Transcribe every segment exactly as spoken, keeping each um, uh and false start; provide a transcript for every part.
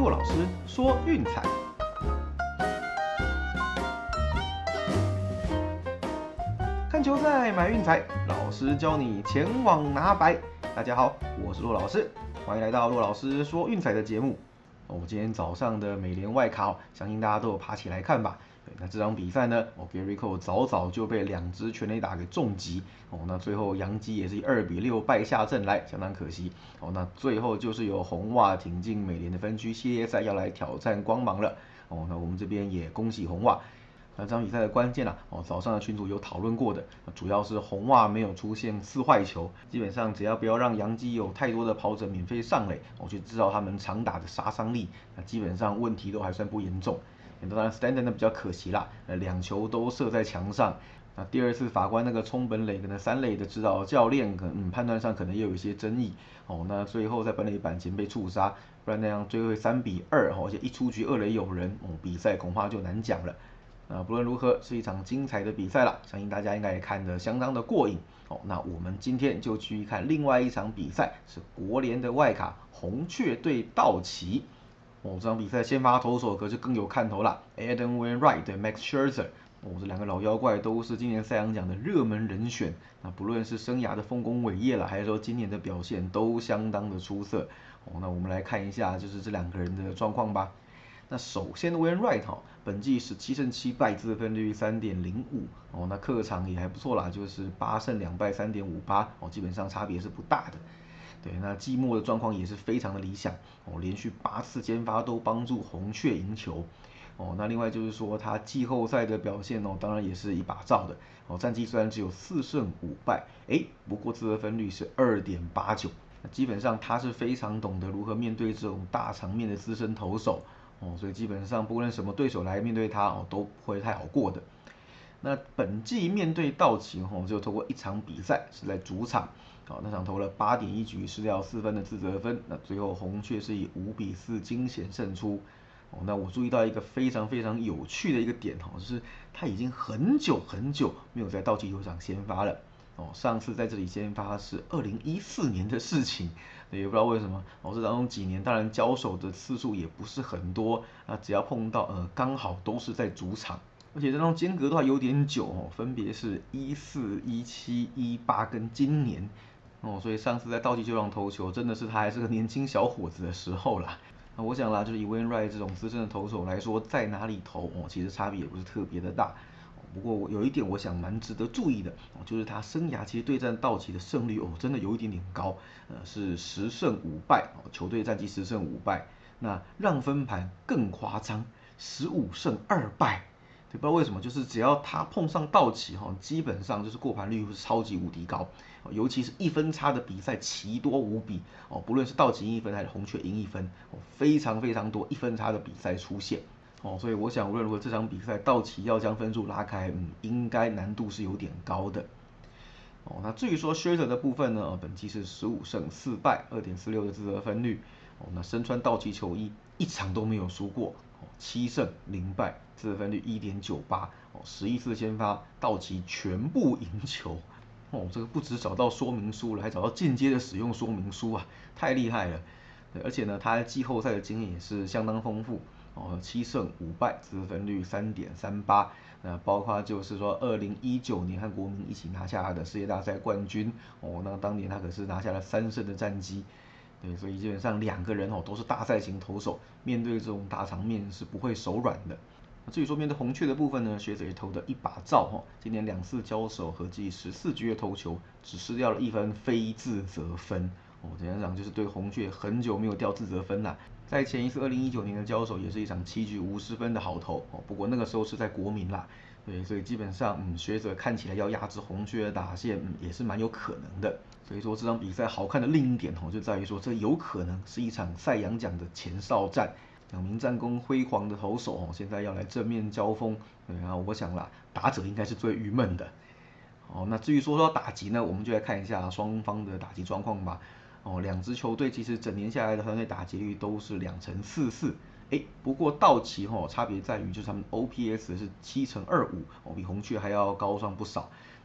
骆老师说运彩。看球赛买运彩，老师教你前往拿白。大家好，我是骆老师，欢迎来到骆老师说运彩的节目。我、哦、今天早上的美联外卡、哦，相信大家都有爬起来看吧。对，那这场比赛呢，哦 Gary Cole 早早就被两支全垒打给重击，哦，那最后洋基也是以二比六败下阵来，相当可惜。哦，那最后就是由红袜挺进美联的分区系列赛，要来挑战光芒了。哦，那我们这边也恭喜红袜。那这场比赛的关键啊，哦，早上的群组有讨论过的，主要是红袜没有出现四坏球，基本上只要不要让洋基有太多的跑者免费上垒，我就知道他们长打的杀伤力，那基本上问题都还算不严重。当然 Stanton 呢比较可惜啦，两球都射在墙上。那第二次法官那个冲本垒可能三垒的指导教练可能、嗯、判断上可能也有一些争议哦，那最后在本垒板前被触杀，不然那样最后三比二，而且一出局二垒有人，哦，比赛恐怕就难讲了。那不论如何，是一场精彩的比赛啦，相信大家应该也看得相当的过瘾哦。那我们今天就去看另外一场比赛，是国联的外卡红雀对道奇。哦，这场比赛先发投手可是更有看头啦 ，Adam Wainwright 对 Max Scherzer。哦，这两个老妖怪都是今年赛扬奖的热门人选。那不论是生涯的丰功伟业了，还是说今年的表现都相当的出色。哦，那我们来看一下就是这两个人的状况吧。那首先 Wainwright 哈，本季十七胜七败，自得分率 三点零五 哦，那客场也还不错啦，就是八胜两败 三点五八 哦，基本上差别是不大的。对，那季末的状况也是非常的理想哦，连续八次先发都帮助红雀赢球哦。那另外就是说他季后赛的表现哦，当然也是一把照的哦，战绩虽然只有四胜五败，哎，不过自得分率是 二点八九，基本上他是非常懂得如何面对这种大场面的资深投手。哦，所以基本上不论什么对手来面对他哦，都不会太好过的。那本季面对道奇哦，只有投过一场比赛是在主场，哦，那场投了八点一局失掉四分的自责分，那最后红雀是以五比四惊险胜出。哦，那我注意到一个非常非常有趣的一个点哦，就是他已经很久很久没有在道奇球场先发了。哦，上次在这里先发是二零一四年的事情，也不知道为什么。哦，这当中几年当然交手的次数也不是很多，那只要碰到呃刚好都是在主场，而且这种间隔都还有点久哦，分别是一四、一七、一八跟今年。哦，所以上次在道奇球场投球，真的是他还是个年轻小伙子的时候啦。那我想啦，就是以 Wainwright 这种资深的投手来说，在哪里投哦，其实差别也不是特别的大。不过有一点我想蛮值得注意的，就是他生涯其实对战道奇的胜率哦，真的有一点点高，呃是十胜五败，球队战绩十胜五败，那让分盘更夸张，十五胜二败，对，不知道为什么，就是只要他碰上道奇哈，基本上就是过盘率是超级无敌高，尤其是一分差的比赛奇多无比哦，不论是道奇赢一分还是红雀赢一分，非常非常多一分差的比赛出现。哦，所以我想无论如何这场比赛道奇要将分数拉开，嗯，应该难度是有点高的。哦，那至于说 Scherzer 的部分呢，本季是十五胜四败 ，二点四六 的自得分率。哦，那身穿道奇球衣，一场都没有输过，哦，七胜零败，自得分率 一点九八，哦，十一次先发，道奇全部赢球。哦，这个不止找到说明书了，还找到间接的使用说明书啊，太厉害了。而且呢，他季后赛的经验也是相当丰富。哦，七胜五败，自得分率 三点三八，那包括就是说二零一九年和国民一起拿下的世界大赛冠军哦，那当年他可是拿下了三胜的战绩，对，所以基本上两个人哦都是大赛型投手，面对这种大场面是不会手软的。至于说面对红雀的部分呢，学者也投的一把照哈，今年两次交手合计十四局的投球，只失掉了一分非自责分。哦，简单讲就是对红雀很久没有掉自责分啦。在前一次二零一九年的交手也是一场七局五十分的好投哦，不过那个时候是在国民啦，对，所以基本上嗯学者看起来要压制红雀的打线，嗯也是蛮有可能的。所以说这场比赛好看的另一点哦，就在于说这有可能是一场赛扬奖的前哨战。两名战功辉煌的投手哦，现在要来正面交锋，然后我想啦，打者应该是最郁闷的。哦，那至于说到打击呢，我们就来看一下双方的打击状况吧。哦，两支球队其实整年下来的团队打击率都是两成四四，哎，不过道奇哈、哦、差别在于就是他们 O P S 是七成二五，哦，比红雀还要高上不少。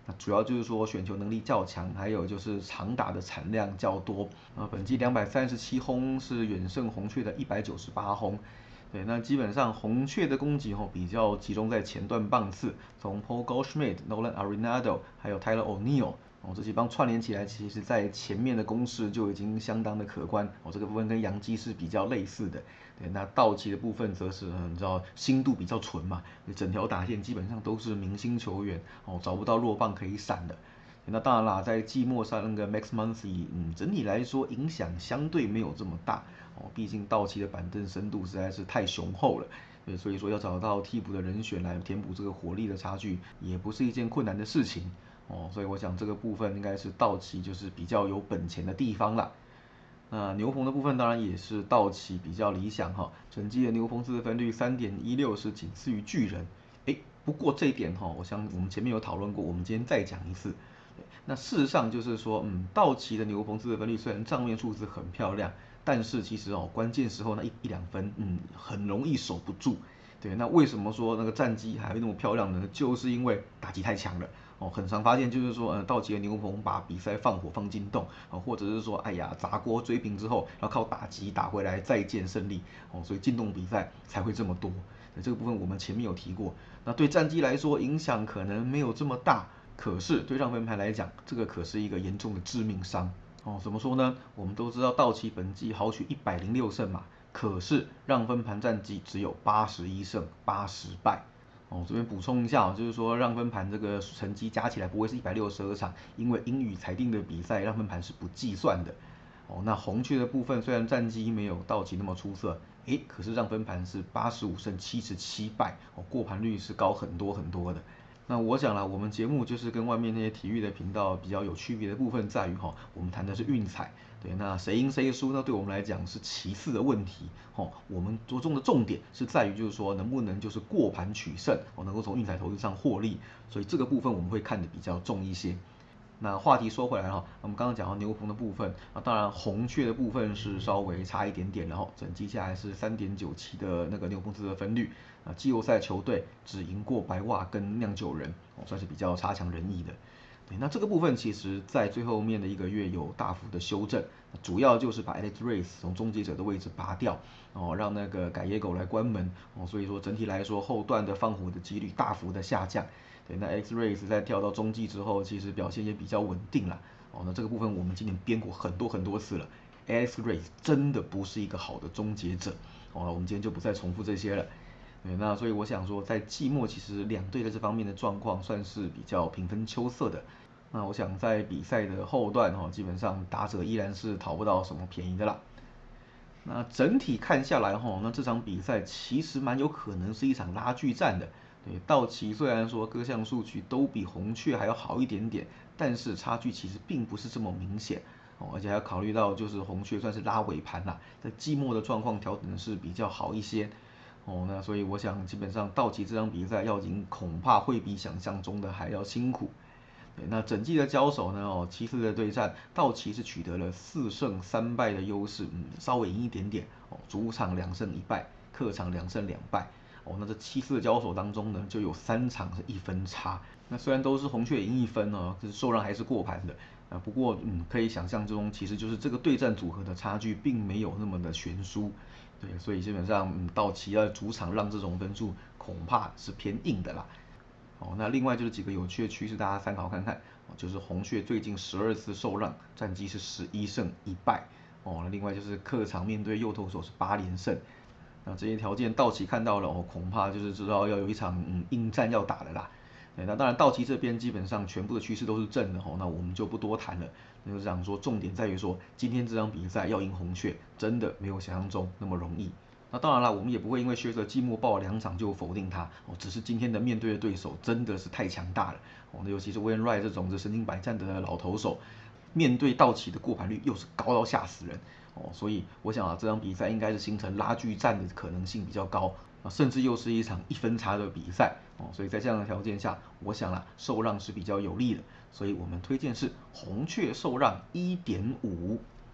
那主要就是说选球能力较强，还有就是长打的产量较多。啊，本季两百三十七轰是远胜红雀的一百九十八轰。对，那基本上红雀的攻击吼比较集中在前段棒次，从 Paul Goldschmidt、Nolan Arenado 还有 Tyler O'Neill 哦这几帮串联起来，其实在前面的攻势就已经相当的可观哦。这个部分跟洋基是比较类似的。对，那道奇的部分则是你知道心度比较纯嘛，整条打线基本上都是明星球员哦，找不到弱棒可以闪的。那当然啦，在季末赛那个 Max Muncy， 嗯，整体来说影响相对没有这么大哦，毕竟道奇的板凳深度实在是太雄厚了，对，所以说要找到替补的人选来填补这个火力的差距，也不是一件困难的事情哦，所以我想这个部分应该是道奇就是比较有本钱的地方啦。那牛棚的部分当然也是道奇比较理想哈，整季的牛棚自分率 三点一六 是仅次于巨人，诶，不过这一点哈，我想我们前面有讨论过，我们今天再讲一次。那事实上就是说，嗯，道奇的牛棚自得分率虽然账面数字很漂亮，但是其实哦，关键时候那一一两分，嗯，很容易守不住。对，那为什么说那个战绩还会那么漂亮呢？就是因为打击太强了。哦，很常发现就是说，呃，道奇的牛棚把比赛放火放进洞，哦，或者是说，哎呀，砸锅追平之后，然后靠打击打回来再见胜利，哦，所以进洞比赛才会这么多。这个部分我们前面有提过，那对战绩来说影响可能没有这么大。可是对让分盘来讲，这个可是一个严重的致命伤哦。怎么说呢？我们都知道道奇本季豪取一百零六胜嘛，可是让分盘战绩只有八十一胜八十败。哦，这边补充一下哦，就是说让分盘这个成绩加起来不会是一百六十二场，因为英语裁定的比赛让分盘是不计算的。哦，那红雀的部分虽然战绩没有道奇那么出色，诶，可是让分盘是八十五胜七十七败，哦，过盘率是高很多很多的。那我想啦，我们节目就是跟外面那些体育的频道比较有区别的部分在于哈，我们谈的是运彩，对，那谁赢谁输呢？对我们来讲是其次的问题，哦，我们着重的重点是在于就是说能不能就是过盘取胜，哦，能够从运彩投资上获利，所以这个部分我们会看得比较重一些。那话题说回来哈，我们刚刚讲到牛棚的部分啊，当然红雀的部分是稍微差一点点，然后整季下来是 三点九七 的那个牛棚自得分率啊，季后赛球队只赢过白袜跟酿酒人，哦，算是比较差强人意的。对，那这个部分其实在最后面的一个月有大幅的修正，主要就是把 Alex Reyes 从终结者的位置拔掉，哦，让那个改野狗来关门，哦，所以说整体来说后段的放火的几率大幅的下降。对，那 Alex Reyes 在跳到中继之后，其实表现也比较稳定了。哦，那这个部分我们今年编过很多很多次了。Alex Reyes 真的不是一个好的终结者。哦，我们今天就不再重复这些了。对，那所以我想说，在季末其实两队在这方面的状况算是比较平分秋色的。那我想在比赛的后段哈，基本上打者依然是讨不到什么便宜的啦。那整体看下来哈，那这场比赛其实蛮有可能是一场拉锯战的。对，道奇虽然说各项数据都比红雀还要好一点点，但是差距其实并不是这么明显哦，而且还要考虑到就是红雀算是拉尾盘啦，在季末的状况调整的是比较好一些哦，那所以我想基本上道奇这场比赛要赢恐怕会比想象中的还要辛苦。对，那整季的交手呢？哦，七次的对战，道奇是取得了四胜三败的优势，嗯，稍微赢一点点哦。主场两胜一败，客场两胜两败。哦，那这七次的交手当中呢，就有三场是一分差。那虽然都是红雀赢一分哦，可是受让还是过盘的。啊，不过嗯，可以想象中，其实就是这个对战组合的差距并没有那么的悬殊。对，所以基本上，嗯，道奇要主场让这种分数，恐怕是偏硬的啦。哦，那另外就是几个有趣的趋势，大家参考看看。哦，就是红雀最近十二次受让，战绩是十一胜一败。哦，那另外就是客场面对右投手是八连胜。那这些条件道奇看到了，哦，恐怕就是知道要有一场嗯硬战要打的啦。那当然道奇这边基本上全部的趋势都是正的，哦，那我们就不多谈了。那就想说，重点在于说，今天这场比赛要赢红雀，真的没有想象中那么容易。那当然了，我们也不会因为薛泽季末爆了两场就否定他哦，只是今天的面对的对手真的是太强大了哦，那尤其是 Wainwright 这种这身经百战的老投手，面对道奇的过盘率又是高到吓死人哦，所以我想啊，这场比赛应该是形成拉锯战的可能性比较高啊，甚至又是一场一分差的比赛哦，所以在这样的条件下，我想啊，受让是比较有利的，所以我们推荐是红雀受让一点五。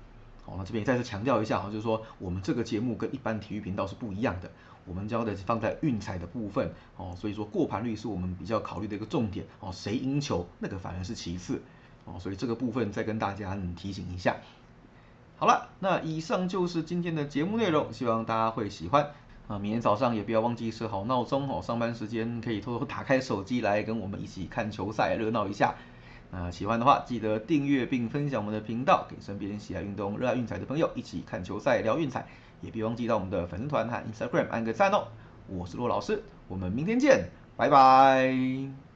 好，那这边也再次强调一下哈，就是说我们这个节目跟一般体育频道是不一样的，我们教的是放在运彩的部分哦，所以说过盘率是我们比较考虑的一个重点哦，谁赢球那个反而是其次哦，所以这个部分再跟大家嗯提醒一下。好了，那以上就是今天的节目内容，希望大家会喜欢。啊，明天早上也不要忘记设好闹钟哦，上班时间可以偷偷打开手机来跟我们一起看球赛，热闹一下。那喜欢的话，记得订阅并分享我们的频道，给身边喜爱运动、热爱运彩的朋友一起看球赛、聊运彩。也别忘记到我们的粉丝团和 Instagram 按个赞哦。我是骆老师，我们明天见，拜拜。